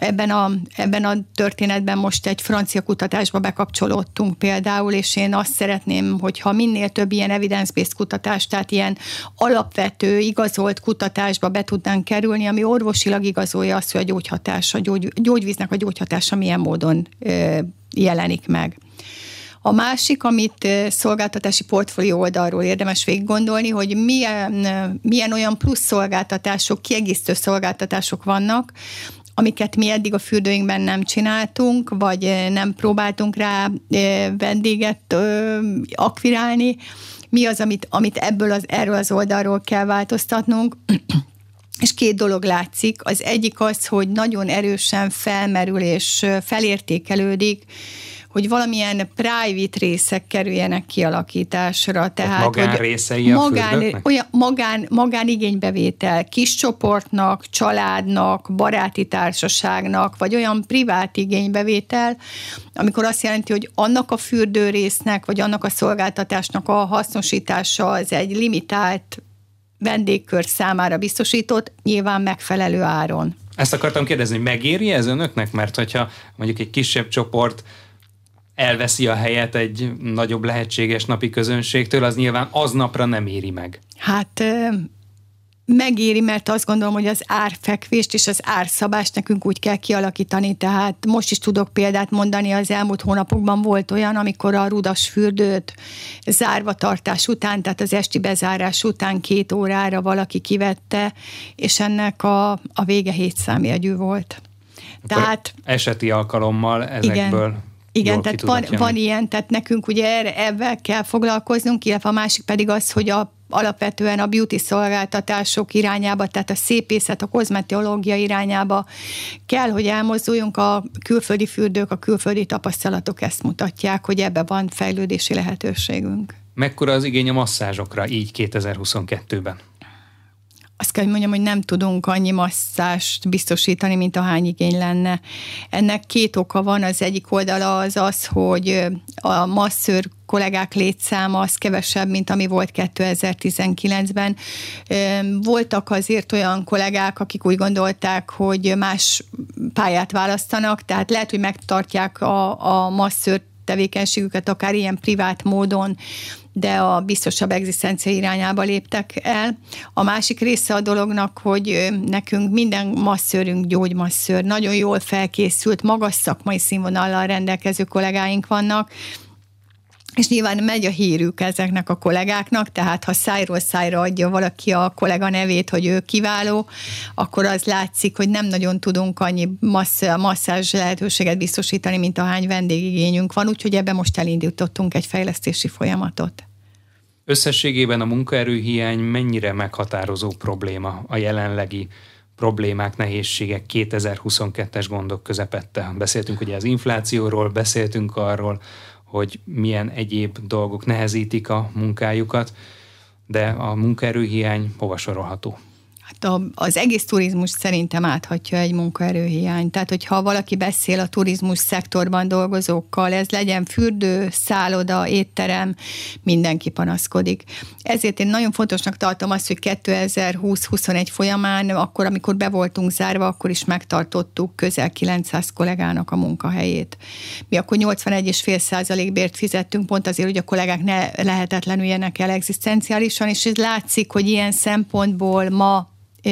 Ebben a történetben most egy francia kutatásba bekapcsolódtunk például, és én azt szeretném, hogyha minél több ilyen evidence-based kutatást, tehát ilyen alapvető, igazolt kutatásba be tudnánk kerülni, ami orvosilag igazolja azt, hogy a gyógyvíznek a gyógyhatása milyen módon jelenik meg. A másik, amit szolgáltatási portfólió oldalról érdemes végig gondolni, hogy milyen olyan plusz szolgáltatások, kiegészítő szolgáltatások vannak, amiket mi eddig a fürdőinkben nem csináltunk, vagy nem próbáltunk rá vendéget akvirálni. Mi az, amit erről az oldalról kell változtatnunk? És két dolog látszik. Az egyik az, hogy nagyon erősen felmerül és felértékelődik, hogy valamilyen private részek kerüljenek kialakításra. Tehát, magánrészei a fürdőknek? Magánigénybevétel kis csoportnak, családnak, baráti társaságnak, vagy olyan privát igénybevétel, amikor azt jelenti, hogy annak a fürdőrésznek, vagy annak a szolgáltatásnak a hasznosítása az egy limitált vendégkör számára biztosított, nyilván megfelelő áron. Ezt akartam kérdezni, hogy megéri ez önöknek? Mert hogyha mondjuk egy kisebb csoport elveszi a helyet egy nagyobb lehetséges napi közönségtől, az nyilván aznapra nem éri meg. Hát megéri, mert azt gondolom, hogy az árfekvést és az árszabást nekünk úgy kell kialakítani, tehát most is tudok példát mondani, az elmúlt hónapokban volt olyan, amikor a rudas fürdőt zárva tartás után, tehát az esti bezárás után 2 órára valaki kivette, és ennek a vége 7 számjegyű volt. Tehát eseti alkalommal ezekből... Igen, tehát van ilyen, tehát nekünk ugye ebben kell foglalkoznunk, illetve a másik pedig az, hogy alapvetően a beauty szolgáltatások irányába, tehát a szépészet, a kozmetológia irányába kell, hogy elmozduljunk. A külföldi fürdők, a külföldi tapasztalatok ezt mutatják, hogy ebbe van fejlődési lehetőségünk. Mekkora az igény a masszázsokra így 2022-ben? Azt kell, hogy mondjam, hogy nem tudunk annyi masszást biztosítani, mint ahány igény lenne. Ennek 2 oka van. Az egyik oldala az, hogy a masszőr kollégák létszáma az kevesebb, mint ami volt 2019-ben. Voltak azért olyan kollégák, akik úgy gondolták, hogy más pályát választanak, tehát lehet, hogy megtartják a masszőr tevékenységüket akár ilyen privát módon, de a biztosabb egzisztencia irányába léptek el. A másik része a dolognak, hogy nekünk minden masszőrünk gyógymasszőr, nagyon jól felkészült, magas szakmai színvonallal rendelkező kollégáink vannak, és nyilván megy a hírük ezeknek a kollégáknak, tehát ha szájról szájra adja valaki a kollega nevét, hogy ő kiváló, akkor az látszik, hogy nem nagyon tudunk annyi masszázs lehetőséget biztosítani, mint ahány vendégigényünk van, úgyhogy ebben most elindítottunk egy fejlesztési folyamatot. Összességében a munkaerőhiány mennyire meghatározó probléma a jelenlegi problémák, nehézségek 2022-es gondok közepette? Beszéltünk ugye az inflációról, beszéltünk arról, hogy milyen egyéb dolgok nehezítik a munkájukat, de a munkaerőhiány hova sorolható? Hát az egész turizmus szerintem áthatja egy munkaerőhiány. Tehát, hogyha valaki beszél a turizmus szektorban dolgozókkal, ez legyen fürdő, szálloda, étterem, mindenki panaszkodik. Ezért én nagyon fontosnak tartom azt, hogy 2020-21 folyamán, akkor, amikor be voltunk zárva, akkor is megtartottuk közel 900 kollégának a munkahelyét. Mi akkor 81,5% bért fizettünk, pont azért, hogy a kollégák ne lehetetlenüljenek el egzisztenciálisan, és ez látszik, hogy ilyen szempontból ma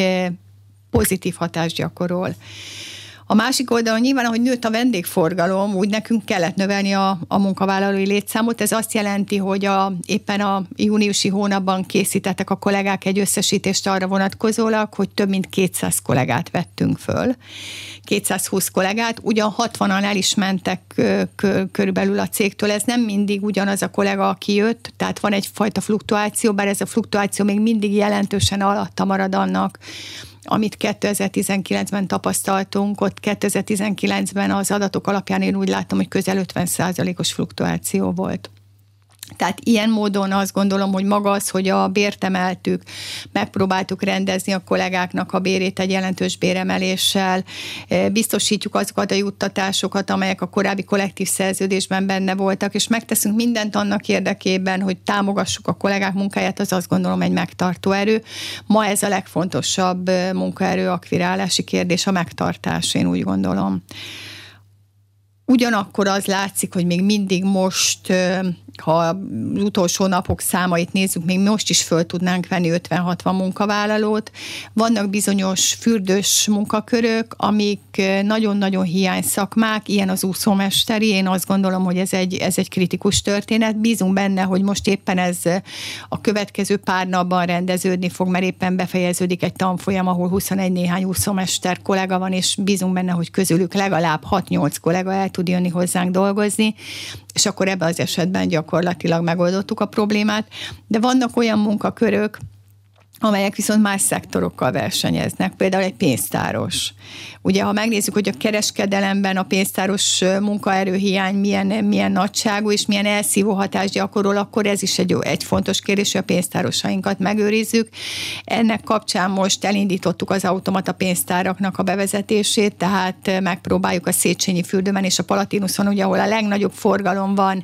pozitív hatást gyakorol. A másik oldalon nyilván, ahogy nőtt a vendégforgalom, úgy nekünk kellett növelni a munkavállalói létszámot. Ez azt jelenti, hogy éppen a júniusi hónapban készítettek a kollégák egy összesítést arra vonatkozólag, hogy több mint 200 kollégát vettünk föl. 220 kollégát, ugyan 60-an el is mentek körülbelül a cégtől. Ez nem mindig ugyanaz a kollega, aki jött, tehát van egyfajta fluktuáció, bár ez a fluktuáció még mindig jelentősen alatta marad annak, amit 2019-ben tapasztaltunk. Ott 2019-ben az adatok alapján én úgy látom, hogy közel 50%-os fluktuáció volt. Tehát ilyen módon azt gondolom, hogy maga az, hogy a bért emeltük, megpróbáltuk rendezni a kollégáknak a bérét egy jelentős béremeléssel, biztosítjuk azokat a juttatásokat, amelyek a korábbi kollektív szerződésben benne voltak, és megteszünk mindent annak érdekében, hogy támogassuk a kollégák munkáját, az azt gondolom egy megtartó erő. Ma ez a legfontosabb munkaerő akvirálási kérdés, a megtartás, én úgy gondolom. Ugyanakkor az látszik, hogy még mindig most ha az utolsó napok számait nézzük, még most is föl tudnánk venni 50-60 munkavállalót. Vannak bizonyos fürdős munkakörök, amik nagyon-nagyon hiány szakmák, ilyen az úszómesteri. Én azt gondolom, hogy ez egy kritikus történet. Bízunk benne, hogy most éppen ez a következő pár napban rendeződni fog, mert éppen befejeződik egy tanfolyam, ahol 21 néhány úszómester kollega van, és bízunk benne, hogy közülük legalább 6-8 kollega el tud jönni hozzánk dolgozni, és akkor ebben az esetben gyakorlatilag megoldottuk a problémát. De vannak olyan munkakörök, amelyek viszont más szektorokkal versenyeznek, például egy pénztáros. Ugye, ha megnézzük, hogy a kereskedelemben a pénztáros munkaerőhiány milyen nagyságú és milyen elszívó hatást gyakorol, akkor ez is egy fontos kérdés, hogy a pénztárosainkat megőrizzük. Ennek kapcsán most elindítottuk az automata pénztáraknak a bevezetését, tehát megpróbáljuk a Széchenyi fürdőben és a Palatinuson, ugye, ahol a legnagyobb forgalom van,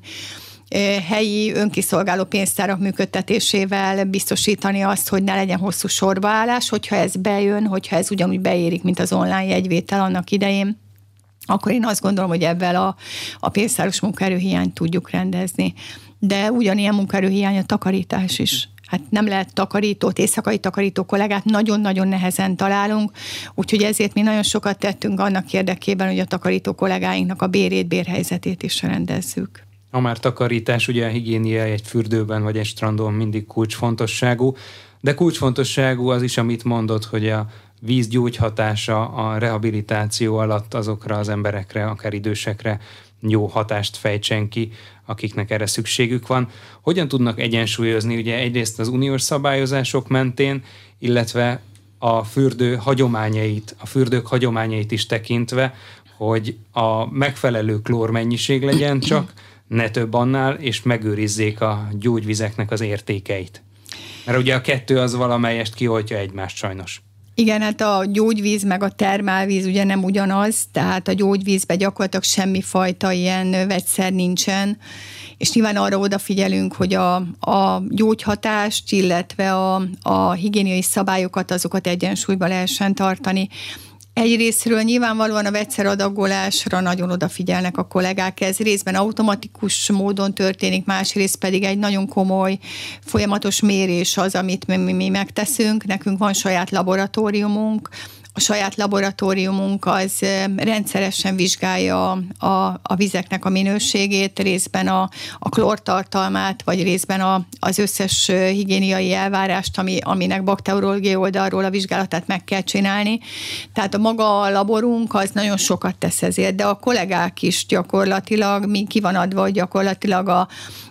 helyi önkiszolgáló pénztárak működtetésével biztosítani azt, hogy ne legyen hosszú sorbaállás, hogyha ez bejön, hogyha ez ugyanúgy beérik, mint az online jegyvétel annak idején, akkor én azt gondolom, hogy ebben a pénztáros munkaerőhiányt tudjuk rendezni. De ugyanilyen munkaerőhiány a takarítás is. Hát nem lehet takarítót, éjszakai takarító kollégát nagyon-nagyon nehezen találunk, úgyhogy ezért mi nagyon sokat tettünk annak érdekében, hogy a takarító kollégáinknak a bérhelyzetét is rendezzük. Ha már takarítás, ugye a higiénia egy fürdőben vagy egy strandon mindig kulcsfontosságú, de kulcsfontosságú az is, amit mondott, hogy a víz gyógyhatása a rehabilitáció alatt azokra az emberekre, akár idősekre jó hatást fejtsen ki, akiknek erre szükségük van. Hogyan tudnak egyensúlyozni ugye egyrészt az uniós szabályozások mentén, illetve a fürdők hagyományait is tekintve, hogy a megfelelő klórmennyiség legyen csak, ne több annál, és megőrizzék a gyógyvizeknek az értékeit. Mert ugye a kettő az valamelyest kioltja egymást sajnos. Igen, hát a gyógyvíz meg a termálvíz ugye nem ugyanaz, tehát a gyógyvízben gyakorlatilag semmifajta ilyen vegyszer nincsen, és nyilván arra odafigyelünk, hogy a gyógyhatást, illetve a higiéniai szabályokat, azokat egyensúlyba lehessen tartani. Egyrészről nyilvánvalóan a vegyszeradagolásra nagyon odafigyelnek a kollégák, ez részben automatikus módon történik, másrészt pedig egy nagyon komoly, folyamatos mérés az, amit mi megteszünk. Nekünk van saját laboratóriumunk, a saját laboratóriumunk az rendszeresen vizsgálja a vizeknek a minőségét, részben a klórtartalmát, vagy részben az összes higiéniai elvárást, aminek bakteriológiai oldalról a vizsgálatát meg kell csinálni. Tehát a maga a laborunk az nagyon sokat tesz ezért, de a kollégák is gyakorlatilag, ki van adva, hogy gyakorlatilag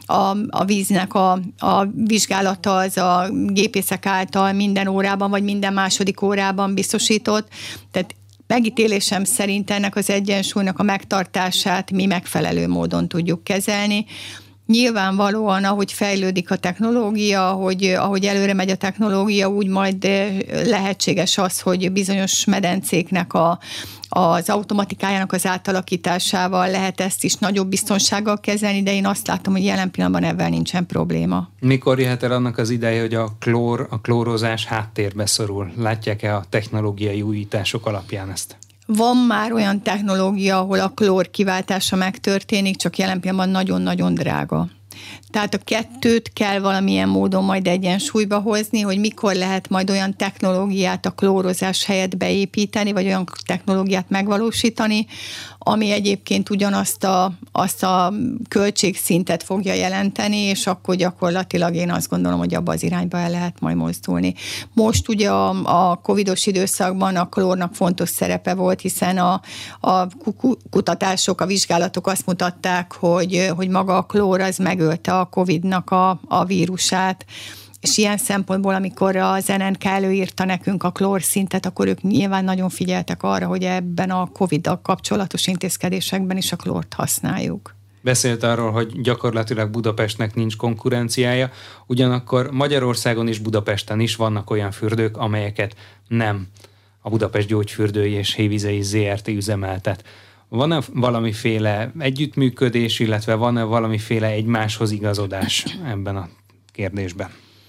a víznek a vizsgálata az a gépészek által minden órában, vagy minden második órában biztosított. Tehát megítélésem szerint ennek az egyensúlynak a megtartását mi megfelelő módon tudjuk kezelni. Nyilvánvalóan, ahogy fejlődik a technológia, ahogy előre megy a technológia, úgy majd lehetséges az, hogy bizonyos medencéknek az automatikájának az átalakításával lehet ezt is nagyobb biztonsággal kezelni, de én azt látom, hogy jelen pillanatban ebben nincsen probléma. Mikor jöhet el annak az ideje, hogy a klórozás háttérbe szorul? Látják-e a technológiai újítások alapján ezt? Van már olyan technológia, ahol a klór kiváltása megtörténik, csak jelen pillanatban nagyon-nagyon drága. Tehát a kettőt kell valamilyen módon majd egyensúlyba hozni, hogy mikor lehet majd olyan technológiát a klórozás helyett beépíteni, vagy olyan technológiát megvalósítani, ami egyébként ugyanazt a költségszintet fogja jelenteni, és akkor gyakorlatilag én azt gondolom, hogy abba az irányba el lehet majd mozdulni. Most ugye a covidos időszakban a klórnak fontos szerepe volt, hiszen a kutatások, a vizsgálatok azt mutatták, hogy maga a klór az megölte a covidnak a vírusát, és ilyen szempontból, amikor az NNK előírta nekünk a klórszintet, akkor ők nyilván nagyon figyeltek arra, hogy ebben a Covid-dal kapcsolatos intézkedésekben is a klórt használjuk. Beszélt arról, hogy gyakorlatilag Budapestnek nincs konkurenciája, ugyanakkor Magyarországon és Budapesten is vannak olyan fürdők, amelyeket nem a Budapest Gyógyfürdői és Hévizei ZRT üzemeltet. Van-e valamiféle együttműködés, illetve van-e valamiféle egymáshoz igazodás ebben a kérdésben?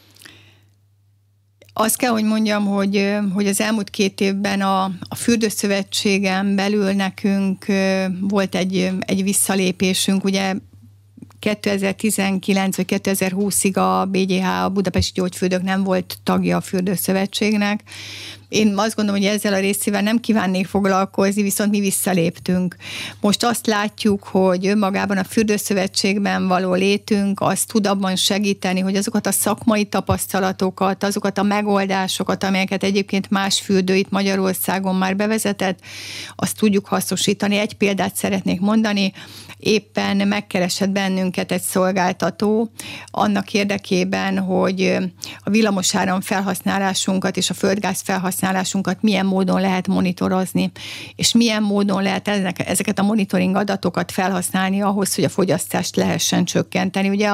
Azt kell, hogy mondjam, hogy az elmúlt 2 évben a Fürdőszövetségen belül nekünk volt egy visszalépésünk. Ugye 2019 vagy 2020-ig a BGH, a Budapesti Gyógyfürdők nem volt tagja a Fürdőszövetségnek. Én azt gondolom, hogy ezzel a részével nem kívánnék foglalkozni, viszont mi visszaléptünk. Most azt látjuk, hogy önmagában a Fürdőszövetségben való létünk az tud abban segíteni, hogy azokat a szakmai tapasztalatokat, azokat a megoldásokat, amelyeket egyébként más fürdő itt Magyarországon már bevezetett, azt tudjuk hasznosítani. Egy példát szeretnék mondani. Éppen megkeresett bennünket egy szolgáltató annak érdekében, hogy a villamosáram felhasználásunkat és a földgáz felhasználásunkat milyen módon lehet monitorozni, és milyen módon lehet ezeket a monitoring adatokat felhasználni ahhoz, hogy a fogyasztást lehessen csökkenteni. Ugye,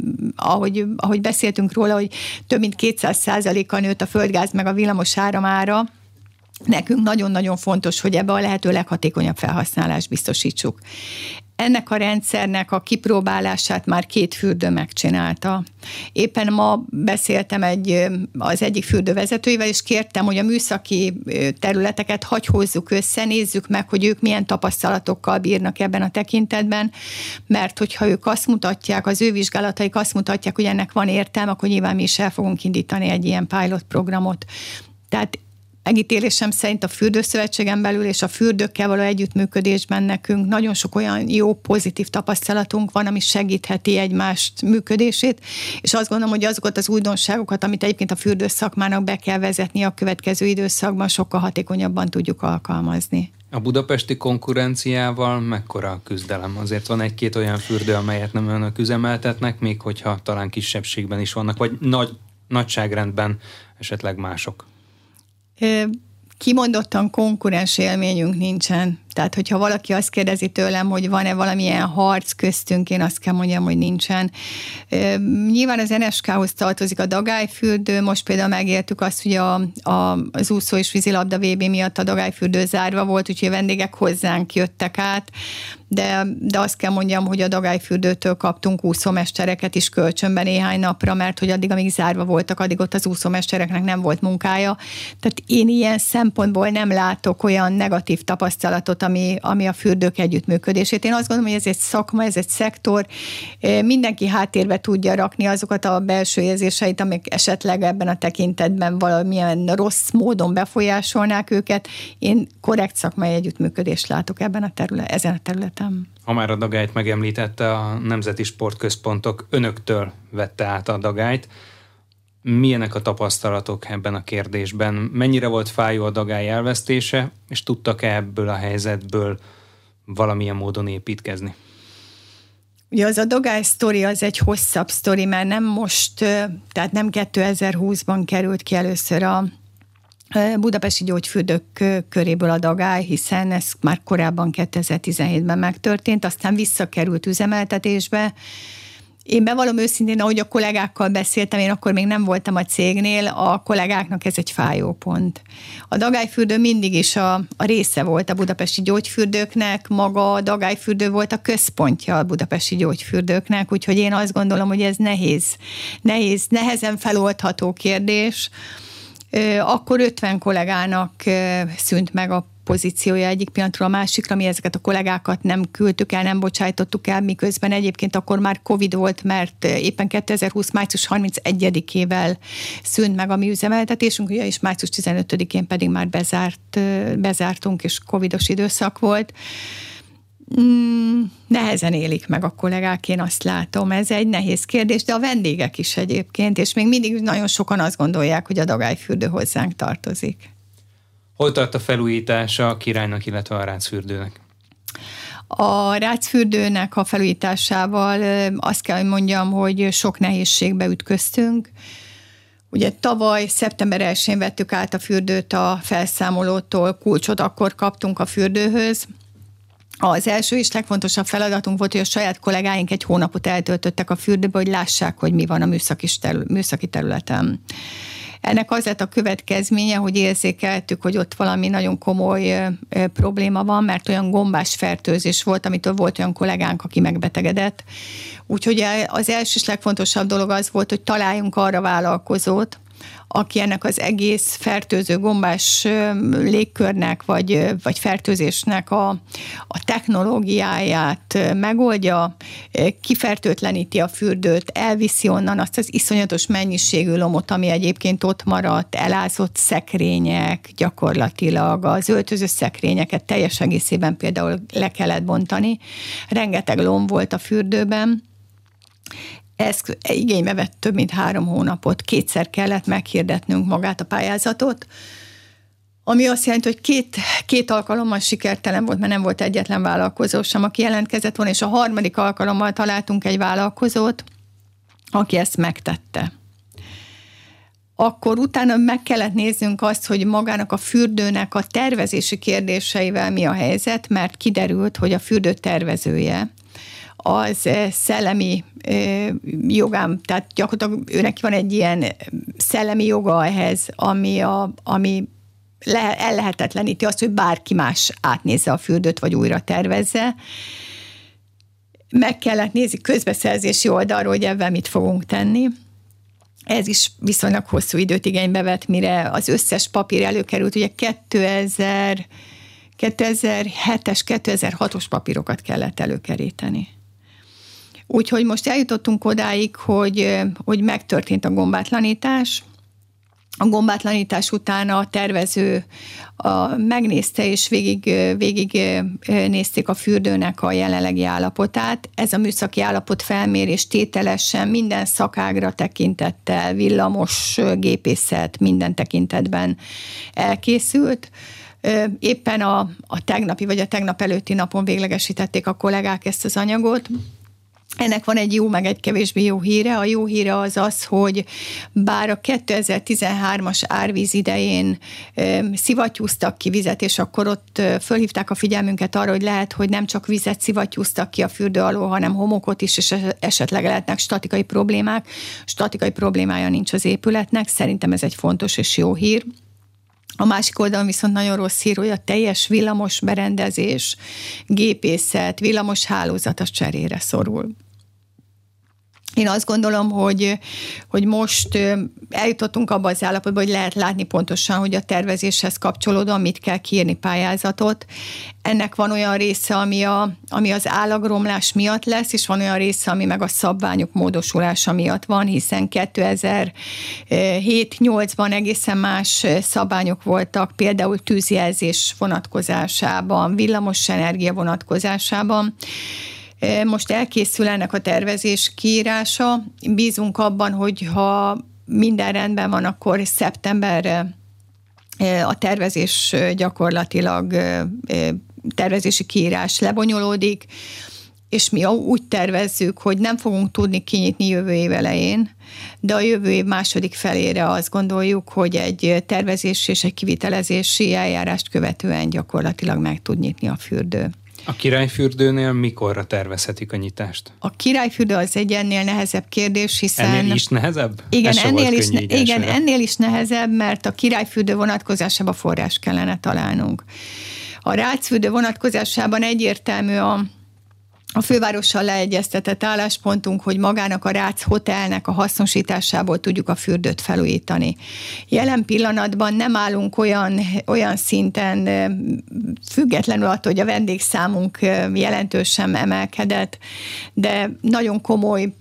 ahogy beszéltünk róla, hogy több mint 200%-kal nőtt a földgáz meg a villamosáram ára, nekünk nagyon-nagyon fontos, hogy ebbe a lehető leghatékonyabb felhasználást biztosítsuk. Ennek a rendszernek a kipróbálását már 2 fürdő megcsinálta. Éppen ma beszéltem az egyik fürdővezetőivel, és kértem, hogy a műszaki területeket hozzuk össze, nézzük meg, hogy ők milyen tapasztalatokkal bírnak ebben a tekintetben, mert hogyha ők azt mutatják, az ő vizsgálataik azt mutatják, hogy ennek van értelme, akkor nyilván mi is el fogunk indítani egy ilyen pilot programot. Tehát megítélésem szerint a Fürdőszövetségen belül és a fürdőkkel való együttműködésben nekünk nagyon sok olyan jó, pozitív tapasztalatunk van, ami segítheti egymást működését, és azt gondolom, hogy azokat az újdonságokat, amit egyébként a fürdőszakmának be kell vezetni a következő időszakban, sokkal hatékonyabban tudjuk alkalmazni. A budapesti konkurenciával mekkora a küzdelem? Azért van 1-2 olyan fürdő, amelyet nem önök üzemeltetnek, még hogyha talán kisebbségben is vannak, vagy nagyságrendben esetleg mások. Kimondottan konkurens élményünk nincsen. Tehát, hogyha valaki azt kérdezi tőlem, hogy van-e valamilyen harc köztünk, én azt kell mondjam, hogy nincsen. Nyilván az NSK-hoz tartozik a Dagályfürdő, most például megértük azt, hogy az úszó és vízilabda VB miatt a Dagályfürdő zárva volt, úgyhogy a vendégek hozzánk jöttek át, de azt kell mondjam, hogy a Dagályfürdőtől kaptunk úszómestereket is kölcsönben néhány napra, mert hogy addig, amíg zárva voltak, addig ott az úszómestereknek nem volt munkája. Tehát én ilyen szempontból nem látok olyan negatív tapasztalatot, ami a fürdők együttműködését. Én azt gondolom, hogy ez egy szakma, ez egy szektor, mindenki háttérbe tudja rakni azokat a belső érzéseit, amik esetleg ebben a tekintetben valamilyen rossz módon befolyásolnák őket. Én korrekt szakmai együttműködést látok ezen a területen. Ha már a Dagályt megemlítette, a Nemzeti Sportközpontok önöktől vette át a Dagályt. Milyenek a tapasztalatok ebben a kérdésben? Mennyire volt fájó a Dagály elvesztése, és tudtak-e ebből a helyzetből valamilyen módon építkezni? Ugye az a Dagály sztori az egy hosszabb sztori, mert nem most, tehát nem 2020-ban került ki először a budapesti gyógyfürdők köréből a Dagály, hiszen ez már korábban 2017-ben megtörtént, aztán visszakerült üzemeltetésbe. Én bevallom őszintén, ahogy a kollégákkal beszéltem, én akkor még nem voltam a cégnél, a kollégáknak ez egy fájópont. A Dagályfürdő mindig is a része volt a budapesti gyógyfürdőknek, maga a Dagályfürdő volt a központja a budapesti gyógyfürdőknek, úgyhogy én azt gondolom, hogy ez nehezen feloldható kérdés. Akkor 50 kollégának szűnt meg a pozíciója egyik pillanatról a másikra, mi ezeket a kollégákat nem küldtük el, nem bocsájtottuk el, miközben egyébként akkor már Covid volt, mert éppen 2020. március 31-ével szűnt meg a mi üzemeltetésünk, ugye, és március 15-én pedig már bezártunk, és covidos időszak volt. Nehezen élik meg a kollégák, én azt látom. Ez egy nehéz kérdés, de a vendégek is egyébként, és még mindig nagyon sokan azt gondolják, hogy a Dagályfürdő hozzánk tartozik. Hol tart a felújítása a Királynak, illetve a Rácfürdőnek? A Rácfürdőnek a felújításával azt kell, hogy mondjam, hogy sok nehézségbe ütköztünk. Ugye tavaly szeptember 1-én vettük át a fürdőt a felszámolótól, kulcsot akkor kaptunk a fürdőhöz. Az első és legfontosabb feladatunk volt, hogy a saját kollégáink 1 hónapot eltöltöttek a fürdőbe, hogy lássák, hogy mi van a műszaki területen. Ennek az lett a következménye, hogy érzékeltük, hogy ott valami nagyon komoly probléma van, mert olyan gombás fertőzés volt, amitől volt olyan kollégánk, aki megbetegedett. Úgyhogy az első és legfontosabb dolog az volt, hogy találjunk arra vállalkozót, aki ennek az egész fertőző gombás légkörnek, vagy fertőzésnek a technológiáját megoldja, kifertőtleníti a fürdőt, elviszi onnan azt az iszonyatos mennyiségű lomot, ami egyébként ott maradt, elázott szekrények, gyakorlatilag az öltöző szekrényeket teljes egészében például le kellett bontani. Rengeteg lom volt a fürdőben. Ez igénybe vett több mint 3 hónapot, 2-szer kellett meghirdetnünk magát a pályázatot, ami azt jelenti, hogy két alkalommal sikertelen volt, mert nem volt egyetlen vállalkozó sem, aki jelentkezett volna, és a 3. alkalommal találtunk egy vállalkozót, aki ezt megtette. Akkor utána meg kellett néznünk azt, hogy magának a fürdőnek a tervezési kérdéseivel mi a helyzet, mert kiderült, hogy a fürdő tervezője az szellemi jogám, tehát gyakorlatilag őnek van egy ilyen szellemi joga ehhez, ami ellehetetleníti azt, hogy bárki más átnézze a fürdőt, vagy újra tervezze. Meg kellett nézni közbeszerzési oldalról, hogy ebben mit fogunk tenni. Ez is viszonylag hosszú időt igénybe vett, mire az összes papír előkerült. Ugye 2007-es, 2006-os papírokat kellett előkeríteni. Úgyhogy most eljutottunk odáig, hogy megtörtént a gombátlanítás. A gombátlanítás után a tervező megnézte és végig nézték a fürdőnek a jelenlegi állapotát. Ez a műszaki állapot felmérés tételesen minden szakágra tekintettel, villamos gépészet minden tekintetben elkészült. Éppen a tegnapi vagy a tegnap előtti napon véglegesítették a kollégák ezt az anyagot. Ennek van egy jó, meg egy kevésbé jó híre. A jó híre az, hogy bár a 2013-as árvíz idején szivattyúztak ki vizet, és akkor ott fölhívták a figyelmünket arra, hogy lehet, hogy nem csak vizet szivattyúztak ki a fürdő alól, hanem homokot is, és esetleg lehetnek statikai problémák. Statikai problémája nincs az épületnek, szerintem ez egy fontos és jó hír. A másik oldalon viszont nagyon rossz hír, hogy a teljes villamos berendezés, gépészet, villamos hálózat az cserére szorul. Én azt gondolom, hogy most eljutottunk abba az állapotba, hogy lehet látni pontosan, hogy a tervezéshez kapcsolódóan mit kell kiírni pályázatot. Ennek van olyan része, ami az állagromlás miatt lesz, és van olyan része, ami meg a szabványok módosulása miatt van, hiszen 2007-8-ban egészen más szabványok voltak, például tűzjelzés vonatkozásában, villamos energia vonatkozásában. Most elkészül ennek a tervezés kiírása. Bízunk abban, hogy ha minden rendben van, akkor szeptemberre a tervezés gyakorlatilag tervezési kiírás lebonyolódik, és mi úgy tervezzük, hogy nem fogunk tudni kinyitni jövő év elején, de a jövő év második felére azt gondoljuk, hogy egy tervezési és egy kivitelezési eljárást követően gyakorlatilag meg tud nyitni a fürdő. A Királyfürdőnél mikorra tervezhetik a nyitást? A Királyfürdő az egy ennél nehezebb kérdés, hiszen... Ennél is nehezebb? Igen, ennél is nehezebb, mert a Királyfürdő vonatkozásában forrás kellene találnunk. A Rácfürdő vonatkozásában egyértelmű a fővárossal leegyeztetett álláspontunk, hogy magának a Rác Hotelnek a hasznosításából tudjuk a fürdőt felújítani. Jelen pillanatban nem állunk olyan szinten, függetlenül attól, hogy a vendégszámunk jelentősen emelkedett, de nagyon komoly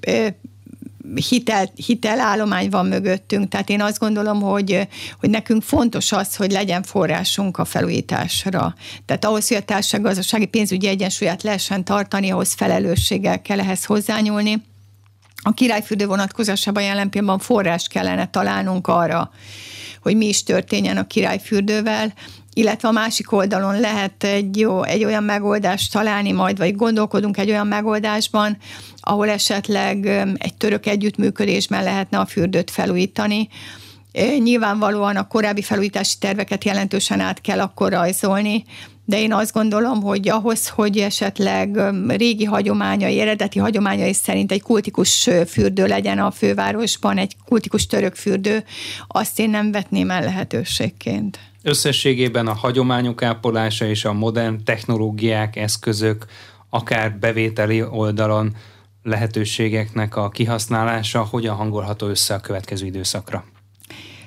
hitelállomány van mögöttünk, tehát én azt gondolom, hogy nekünk fontos az, hogy legyen forrásunk a felújításra. Tehát ahhoz, hogy a társasággazdasági pénzügyi egyensúlyát lehessen tartani, ahhoz felelősséggel kell ehhez hozzányúlni. A Királyfürdő vonatkozásában jelen pillanatban forrást kellene találnunk arra, hogy mi is történjen a Királyfürdővel, illetve a másik oldalon lehet egy olyan megoldást találni majd, vagy gondolkodunk egy olyan megoldásban, ahol esetleg egy török együttműködésben lehetne a fürdőt felújítani. Nyilvánvalóan a korábbi felújítási terveket jelentősen át kell akkor rajzolni, de én azt gondolom, hogy ahhoz, hogy esetleg régi hagyományai, eredeti hagyományai szerint egy kultikus fürdő legyen a fővárosban, egy kultikus török fürdő, azt én nem vetném el lehetőségként. Összességében a hagyományok ápolása és a modern technológiák, eszközök, akár bevételi oldalon lehetőségeknek a kihasználása hogyan hangolható össze a következő időszakra?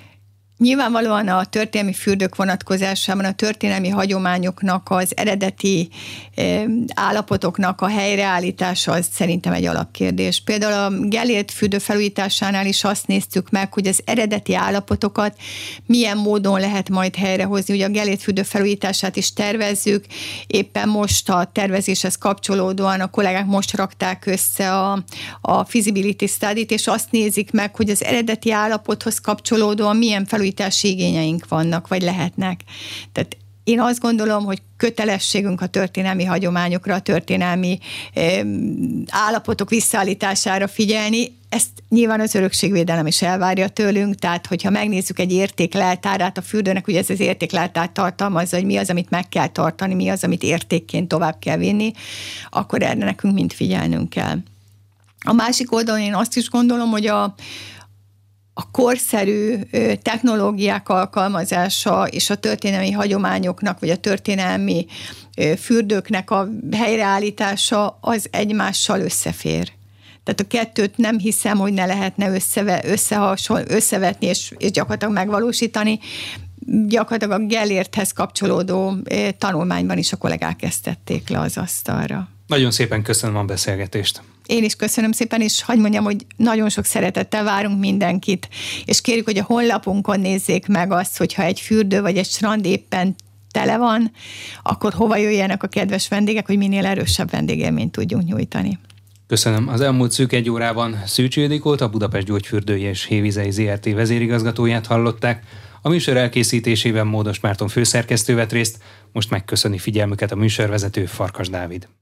Nyilvánvalóan a történelmi fürdők vonatkozásában a történelmi hagyományoknak, az eredeti állapotoknak a helyreállítása az szerintem egy alapkérdés. Például a Gellért fürdő felújításánál is azt néztük meg, hogy az eredeti állapotokat milyen módon lehet majd helyrehozni. Ugye a Gellért fürdő felújítását is tervezzük, éppen most a tervezéshez kapcsolódóan a kollégák most rakták össze a feasibility study-t, és azt nézik meg, hogy az eredeti állapothoz kapcsolódóan milyen felújítási igényeink vannak, vagy lehetnek. Tehát én azt gondolom, hogy kötelességünk a történelmi hagyományokra, a történelmi állapotok visszaállítására figyelni. Ezt nyilván az örökségvédelem is elvárja tőlünk, tehát hogyha megnézzük egy értékleltárát a fürdőnek, ugye ez az értékleltár tartalmazza, hogy mi az, amit meg kell tartani, mi az, amit értékként tovább kell vinni, akkor erre nekünk mind figyelnünk kell. A másik oldalon én azt is gondolom, hogy a korszerű technológiák alkalmazása és a történelmi hagyományoknak, vagy a történelmi fürdőknek a helyreállítása az egymással összefér. Tehát a kettőt nem hiszem, hogy ne lehetne összevetni és gyakorlatilag megvalósítani. Gyakorlatilag a Gellérthez kapcsolódó tanulmányban is a kollégák ezt tették le az asztalra. Nagyon szépen köszönöm a beszélgetést. Én is köszönöm szépen, és hadd mondjam, hogy nagyon sok szeretettel várunk mindenkit, és kérjük, hogy a honlapunkon nézzék meg azt, hogyha egy fürdő vagy egy strand éppen tele van, akkor hova jöjjenek a kedves vendégek, hogy minél erősebb vendégélményt tudjunk nyújtani. Köszönöm. Az elmúlt szűk egy órában Szűcs Ildikót, a Budapest Gyógyfürdői és Hévizei Zrt. Vezérigazgatóját hallották. A műsor elkészítésében Módos Márton főszerkesztő vett részt, most megköszöni figyelmüket a műsorvezető, Farkas Dávid.